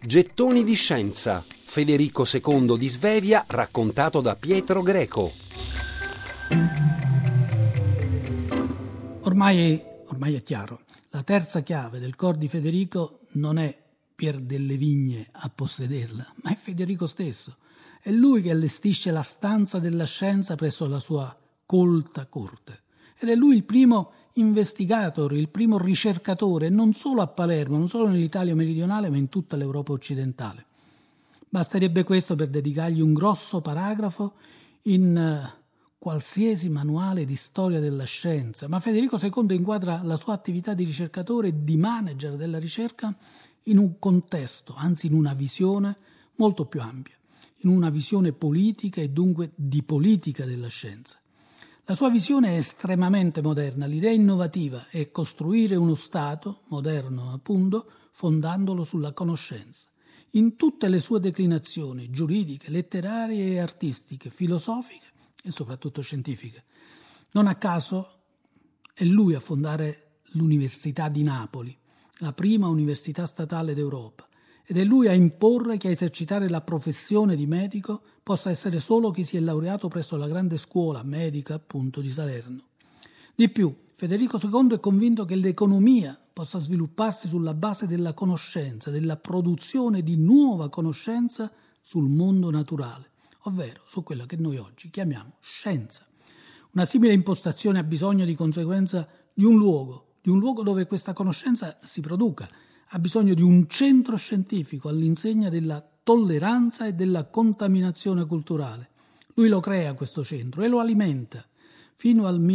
Gettoni di scienza. Federico II di Svevia raccontato da Pietro Greco. Ormai è chiaro, la terza chiave del cor di Federico non è Pier delle Vigne a possederla, ma è Federico stesso. È lui che allestisce la stanza della scienza presso la sua colta corte. Ed è lui il primo investigator, il primo ricercatore, non solo a Palermo, non solo nell'Italia meridionale, ma in tutta l'Europa occidentale. Basterebbe questo per dedicargli un grosso paragrafo in qualsiasi manuale di storia della scienza, ma Federico II inquadra la sua attività di ricercatore e di manager della ricerca in un contesto, anzi in una visione molto più ampia, in una visione politica e dunque di politica della scienza. La sua visione è estremamente moderna, l'idea innovativa è costruire uno Stato, moderno appunto, fondandolo sulla conoscenza, in tutte le sue declinazioni giuridiche, letterarie e artistiche, filosofiche e soprattutto scientifiche. Non a caso è lui a fondare l'Università di Napoli, la prima università statale d'Europa, ed è lui a imporre che a esercitare la professione di medico possa essere solo chi si è laureato presso la grande scuola medica appunto di Salerno. Di più, Federico II è convinto che l'economia possa svilupparsi sulla base della conoscenza, della produzione di nuova conoscenza sul mondo naturale, ovvero su quella che noi oggi chiamiamo scienza. Una simile impostazione ha bisogno di conseguenza di un luogo dove questa conoscenza si produca, ha bisogno di un centro scientifico all'insegna della tolleranza e della contaminazione culturale. Lui lo crea questo centro e lo alimenta. Fino al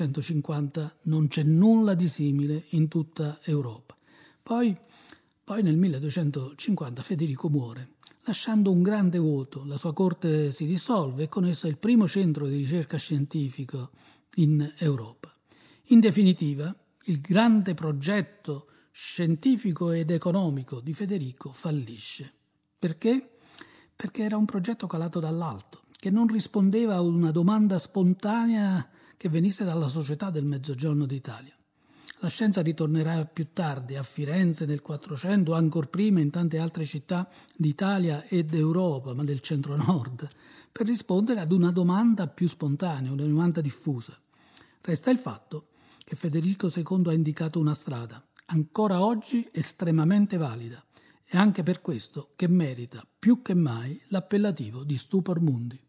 1250 non c'è nulla di simile in tutta Europa. Poi nel 1250 Federico muore, lasciando un grande vuoto. La sua corte si dissolve e con essa il primo centro di ricerca scientifico in Europa. In definitiva, il grande progetto scientifico ed economico di Federico fallisce. Perché? Perché era un progetto calato dall'alto, che non rispondeva a una domanda spontanea che venisse dalla società del Mezzogiorno d'Italia. La scienza ritornerà più tardi, a Firenze nel 400, ancor prima in tante altre città d'Italia e d'Europa, ma del centro-nord, per rispondere ad una domanda più spontanea, una domanda diffusa. Resta il fatto che Federico II ha indicato una strada, ancora oggi estremamente valida, e anche per questo che merita più che mai l'appellativo di Stupor Mundi.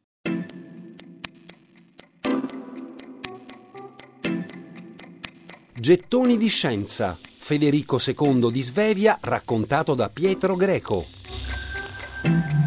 Gettoni di scienza. Federico II di Svevia raccontato da Pietro Greco.